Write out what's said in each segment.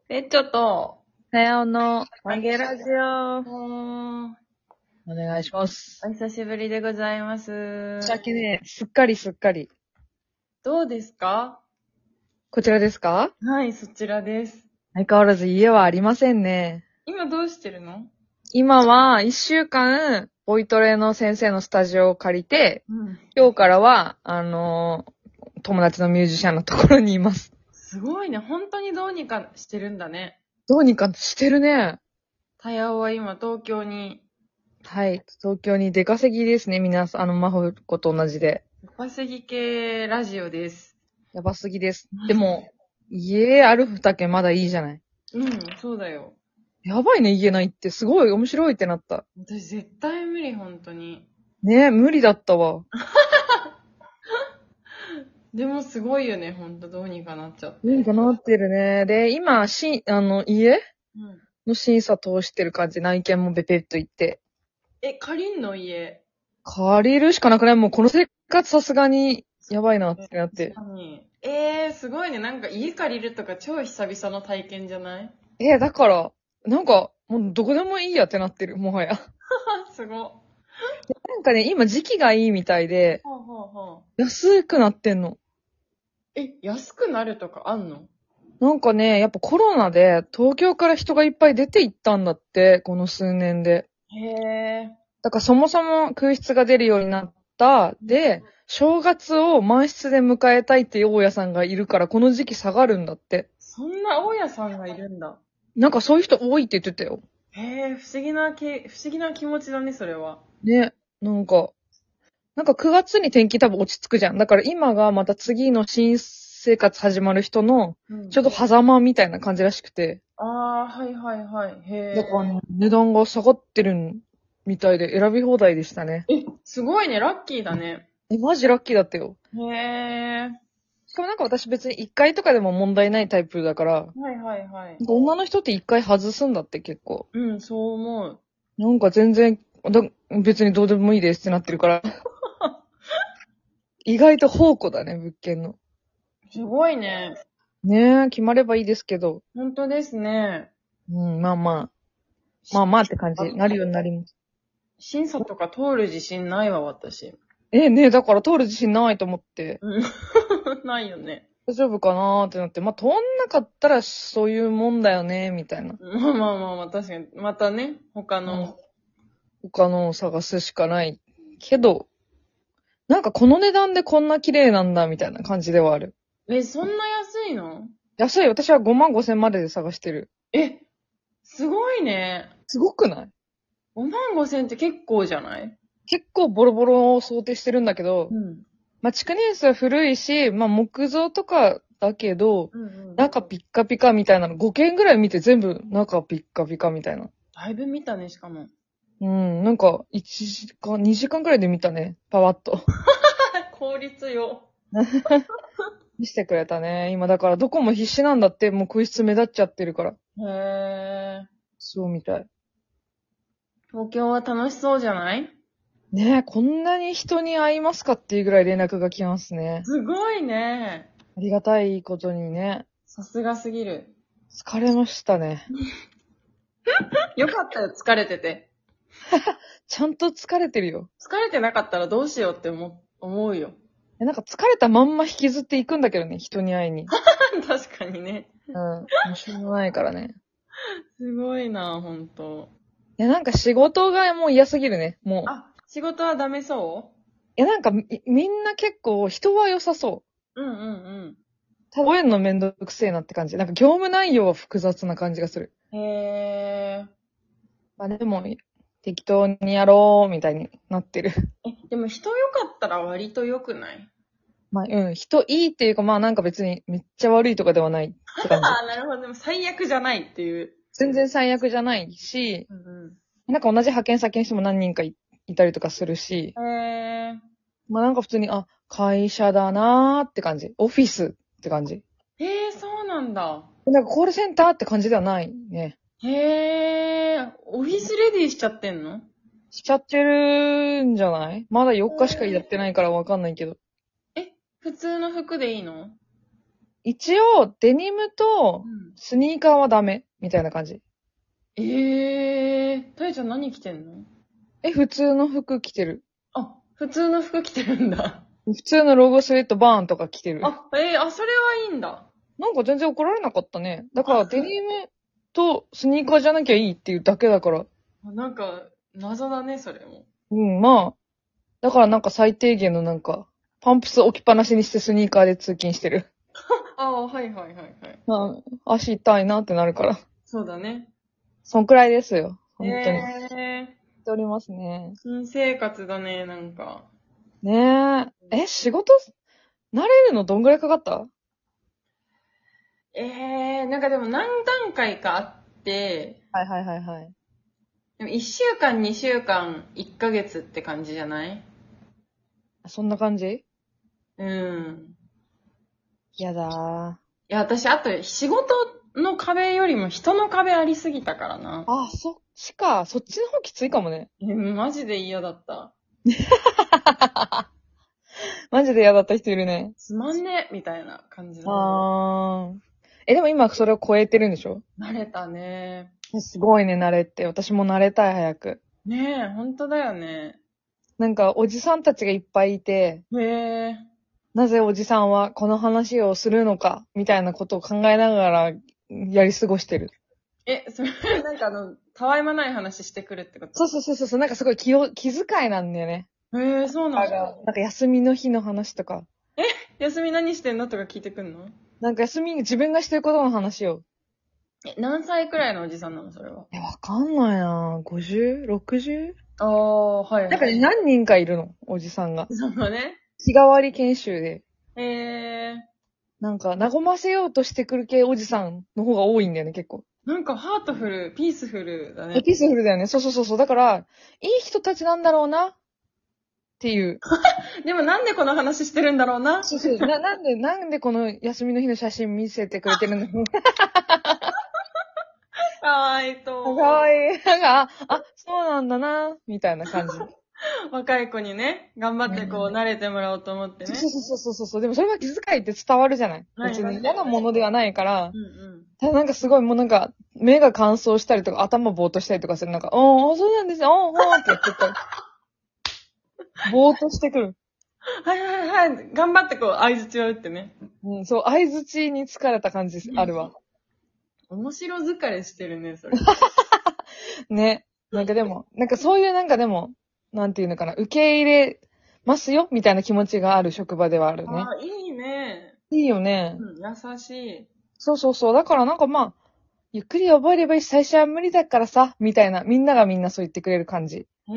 ペッチョと、 さようの、 あげラジオ。 お願いします。 お久しぶりでございます。 申し訳ねえ。すっかりすっかり。 どうですか？ こちらですか？ はい、そちらです。 相変わらず家はありませんね。 今どうしてるの？ 今は一週間、ボイトレの先生のスタジオを借りて、 うん。 今日からは、友達のミュージシャンのところにいます。 すごいね。本当にどうにかしてるんだね。 どうにかしてるね。 タヤオは今東京に、 はい。東京に出稼ぎですね。皆さん、マホ子と同じで。 稼ぎ系ラジオです。 やばすぎです。でも、家あるだけまだいいじゃない。 うん、そうだよ。 やばいね、家ないって。すごい面白いってなった。 私絶対無理、本当に。 ねえ、無理だったわ。 でもすごいよね、本当どうにかなっちゃって。 いいかなってるね。で、今、家うん。 の審査通してる感じ。内見もベペッと行って。 借りんの家？ 借りるしかなくない？もうこの生活さすがに、やばいなってなって。 確かに。すごいね。なんか家借りるとか超久々の体験じゃない？ だから、なんか、もうどこでもいいやってなってる、もはや。 すご。 なんかね、今時期がいいみたいで、 ほうほうほ安くなってんの。 う。安くなるとかあんの？ なんかね、やっぱコロナで東京から人がいっぱい出て行ったんだって、この数年で。 へえ。 だからそもそも空室が出るようになった。で、正月を満室で迎えたいっていう大家さんがいるから、この時期下がるんだって。 そんな大家さんがいるんだ。 なんかそういう人多いって言ってたよ。 不思議な気持ちだね、それは。 ね。なんか9月に天気多分落ち着くじゃん。だから今がまた次の新生活始まる人の、 うん。 ちょっと狭間みたいな感じらしくて。 ああ、はいはいはい。へだからね、値段が下がってるみたいで選び放題でしたね。 え。すごいね、ラッキーだね。 マジラッキーだったよ。 へえ。 しかもなんか私別に1回とかでも問題ないタイプだから、 はいはいはい。 女の人って1回外すんだって結構。 うん、そう思う。 なんか全然、別にどうでもいいですってなってるから。意外と宝庫だね、物件の。 すごいね。 ねえ、決まればいいですけど。 本当ですね。 うん、まあまあ。まあまあって感じ。なるようになります。 審査とか通る自信ないわ、私。 ねえ、だから通る自信ないと思って、 うん。ないよね。 大丈夫かなーってなって、まあ通んなかったらそういうもんだよね、みたいな。 まあまあまあまあ、確かに。またね、他うん。 の。 他のを探すしかない。けど、なんかこの値段でこんな綺麗なんだ、みたいな感じではある。 そんな安いの？ 安い。私は5万5千までで探してる。 え、すごいね。 すごくない？ 5万5千って結構じゃない？ 結構ボロボロを想定してるんだけど、 ん。 まあ、築年数は古いし、まあ、木造とかだけど、 うんうん。 中ピッカピカみたいなの5件ぐらい見て全部中ピッカピカみたいな。 だいぶ見たね、しかも。 うん、なんか1時間、2時間ぐらいで見たね。パワッと。 効率よ。 見せてくれたね。今だからどこも必死なんだって、もう空室目立っちゃってるから。 へえ。 そうみたい。 東京は楽しそうじゃない？ ねえ、こんなに人に会いますかっていうぐらい連絡が来ますね。 すごいね。 ありがたいことにね。 さすがすぎる。 疲れましたね。 よかったよ、疲れてて。 ちゃんと疲れてるよ。 疲れてなかったらどうしようって思うよ。 なんか疲れたまんま引きずっていくんだけどね、人に会いに。 確かにね。 うん。もうしょうがないからね。 すごいな、ほんと。 なんか仕事がもう嫌すぎるね。もう。 あ、仕事はダメそなんかみんな結構人は良さそう。 う？うんうんただ覚えるのめんどくせえなって感じ。なんか業務内容は複雑な感じがする。 うん。へまあでも、適当にやろう、みたいになってる。 でも人良かったら割と良くない？ まあ、うん、人いいっていうか、まあなんか別にめっちゃ悪いとかではないって感じ。 ああ、なるほど。でも最悪じゃないっていう。 全然最悪じゃないし、 うんなんか同じ派遣先の人も何人かいたりとかするし、 うん。 まあなんか普通に、あ、会社だなーって感じ。オフィスって感じ。 そうなんだ。 なんかコールセンターって感じではないね。 オフィスレディーしちゃってんの？ しちゃってるんじゃない？まだ4日しかやってないからわかんないけど。 普通の服でいいの？ 一応、デニムとうん。 スニーカーはダメ、みたいな感じ。 たいちゃん何着てんの？ 普通の服着てる。 あ、普通の服着てるんだ。 普通のロゴスウェットバーンとか着てる。 あ、それはいいんだ。 なんか全然怒られなかったね。だからデニムとスニーカーじゃなきゃいいっていうだけだから。 なんか、謎だね、それも。 まあ。だからなんか最低限のなんか、パンプス置きっぱなしにしてスニーカーで通勤してる。 はいはいはいはい。 まあ、足痛いなってなるから。 そうだね。 そんくらいですよ。本当に。しておりますね。 新生活だね、なんか。 ねえ。仕事、慣れるのどんぐらいかかった？ なんかでも何段階かあって、 はいはいはいはい。 でも1週間、2週間、1ヶ月って感じじゃない？ そんな感じ？ うん。 やだいや、私、あと仕事の壁よりも人の壁ありすぎたからな。 そっちか。そっちの方きついかもね。 マジで嫌だった。 マジで嫌だった人いるね。 つまんねみたいな感じだった。 でも今それを超えてるんでしょ？ 慣れたね。 すごいね、慣れって。私も慣れたい、早く。 ねえ、ほんとだよね。 なんか、おじさんたちがいっぱいいて、 へえ。 なぜおじさんはこの話をするのか、みたいなことを考えながらやり過ごしてる。 それ、なんかたわいもない話してくるってこと？ そうそうそうそう、なんかすごい気遣いなんだよね。 へえ、そうなんだ。 なんか休みの日の話とか。 休み何してんのとか聞いてくんの？ なんか自分がしてることの話を。 何歳くらいのおじさんなのそれは？ わかんないなぁ。50?60? はいはい。 なんかね、何人かいるの、おじさんが。 そのね。 日替わり研修で。 なんなんか、和ませようとしてくる系おじさんの方が多いんだよね、結構。 かハートフル、ピースフルだね。 ピースフルだよね。そうそうそうそう。だから、いい人たちなんだろうな、っていう。 でもなんでこの話してるんだろうな。 そうそう。なんでこの休みの日の写真見せてくれてるの？ かわいかそう。 わいい。なんか、そうなんだな、みたいな感じ。 若い子にね、頑張って慣れてもらおうと思ってね。 そうそうそうそうそう。でもそれは気遣いって伝わるじゃない。別に嫌なものではないから。ただなんかすごいもうなんか、目が乾燥したりとか、頭ぼーっとしたりとかする。なんか、そうなんですよ、って言ってた。ぼーっとしてくる。 はいはいはい。頑張って相槌を打ってね。 そう、相槌に疲れた感じあるわ。 面白疲れしてるね、それ。 ね。なんかでも、なんかそういうなんかでも、なんていうのかな、受け入れますよ、みたいな気持ちがある職場ではあるね。 いいね。 いいよね。 優しい。 そうそうそう。だからなんかまあ、ゆっくり覚えればいいし、最初は無理だからさ、みたいな、みんながみんなそう言ってくれる感じ。 へ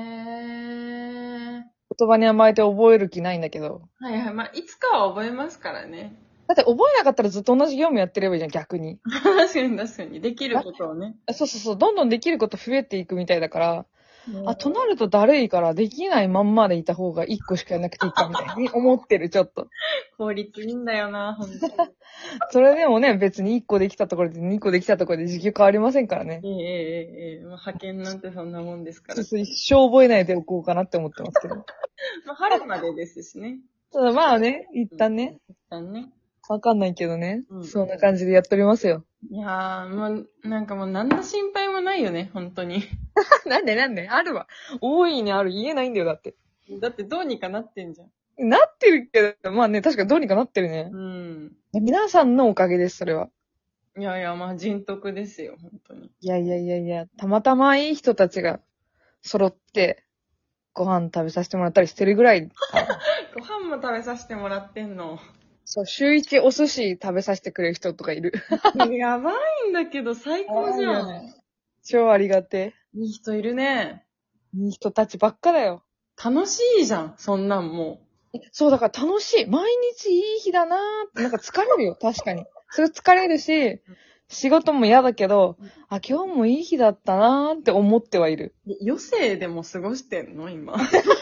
ー。 言葉に甘えて覚える気ないんだけど。 はいはい。まあ、いつかは覚えますからね。 だって覚えなかったらずっと同じ業務やってればいいじゃん、逆に。 確かに確かに。できることをね。 そうそうそう。どんどんできること増えていくみたいだから、 ねとなるとだるいから、できないまんまでいた方が1個しかやらなくていいかみたいに思ってる、ちょっと。 効率いいんだよな、ほんとに。 それでもね、別に1個できたところで2個できたところで時給変わりませんからね。 派遣なんてそんなもんですから。 一生覚えないでおこうかなって思ってますけど。 春までですしね。 ただまあね、一旦ね。 一旦ね。 わかんないけどね。 うんそんな感じでやっておりますよ。 いやー、もう、なんかもう何の心配もないよね、本当に。 なんであるわ。大いにある。言えないんだよ、だって。 だってどうにかなってんじゃん。 なってるけど、まあね、確かにどうにかなってるね。皆さんのおかげです、それは。 いやいや、まあ人徳ですよ、本当に。 いや、たまたまいい人たちが揃って、ご飯食べさせてもらったりしてるぐらい。 ご飯も食べさせてもらってんの。 そう、週一お寿司食べさせてくれる人とかいる。 やばいんだけど、最高じゃん。 超ありがていい人いるね。 いい人たちばっかだよ。 楽しいじゃん、そんなんもそう、だから楽しい。毎日いい日だなーって、なんか疲れるよ、確かに。それ疲れるし、仕事も嫌だけど、今日もいい日だったなーって思ってはいる。 余生でも過ごしてんの今。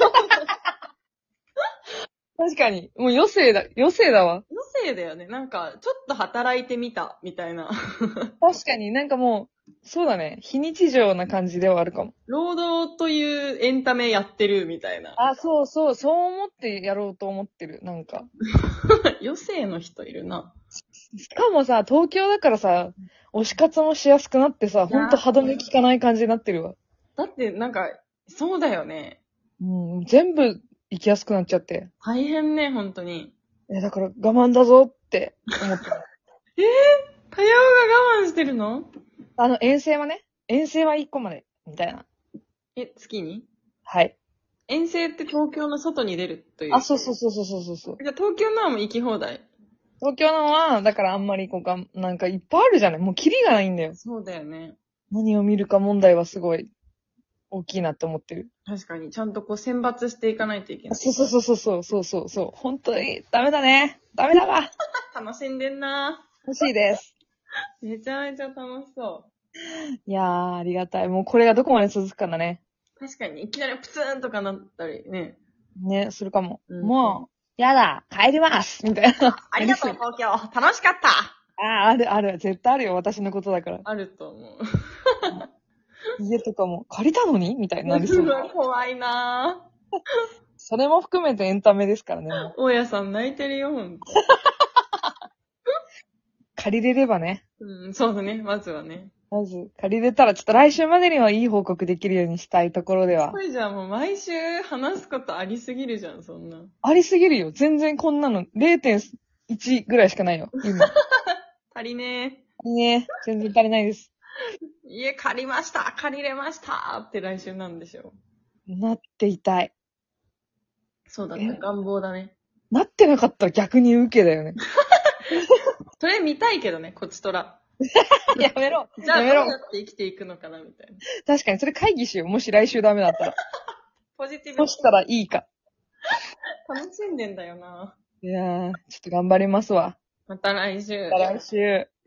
確かに。もう余生だわ。 余生だよね。なんか、ちょっと働いてみた、みたいな。 確かになんかもう、そうだね。非日常な感じではあるかも。 労働というエンタメやってる、みたいな。 そう思ってやろうと思ってる。なんか。 余生の人いるな。 しかもさ、東京だからさ、推し活もしやすくなってさ、ほんと歯止め効かない感じになってるわ。 だってなんか、そうだよね。 うん、全部行きやすくなっちゃって。 大変ね、本当に。 だから我慢だぞって思ってる。 タヤオが我慢してるの？ 遠征はね、遠征は1個まで、みたいな。 月にはい。 遠征って東京の外に出るという。 あ、そうそうそうそうそうそう。 じゃあ東京のはもう行き放題。 東京のは、だからあんまりなんかいっぱいあるじゃない。もうキリがないんだよ。 そうだよね。 何を見るか問題はすごい大きいなって思ってる。 確かに、ちゃんとこう選抜していかないといけない。 そうそうそうそうそうそうそう。本当にダメだね。ダメだわ。 楽しんでんな。 欲しいです。 めちゃめちゃ楽しそう。 いやー、ありがたい。もうこれがどこまで続くかだね。 確かに、いきなりプツンとかなったりね。 ね、するかも。 うんもう、やだ、帰りますみたいな。 ありがとう、東京。楽しかった。 あるある。絶対あるよ。私のことだから。 あると思う。 家とかも、借りたのにみたいになりそう。 怖いなぁ。 それも含めてエンタメですからね。もう大家さん泣いてるよ、ほんと。 借りれればね。 うん、そうだね、まずはね。 まず、借りれたらちょっと来週までにはいい報告できるようにしたいところではこ。れじゃあもう毎週話すことありすぎるじゃん、そんな。 ありすぎるよ。全然こんなの0.1ぐらいしかないよ。今。 足りねね全然足りないです。 え。家借りました借りれましたって来週なんでしょなっていたい。 そうだった、願望だね。 なってなかったら逆に受けだよね。 それ見たいけどね、こちとら。 やめろ。 じゃあやめろ。 どうやって生きていくのかな、みたいな。 確かに、それ会議しよう。もし来週ダメだったら。 ポジティブそしたらいいか。 楽しんでんだよな。 いやー、ちょっと頑張りますわ。 また来週。 また来週。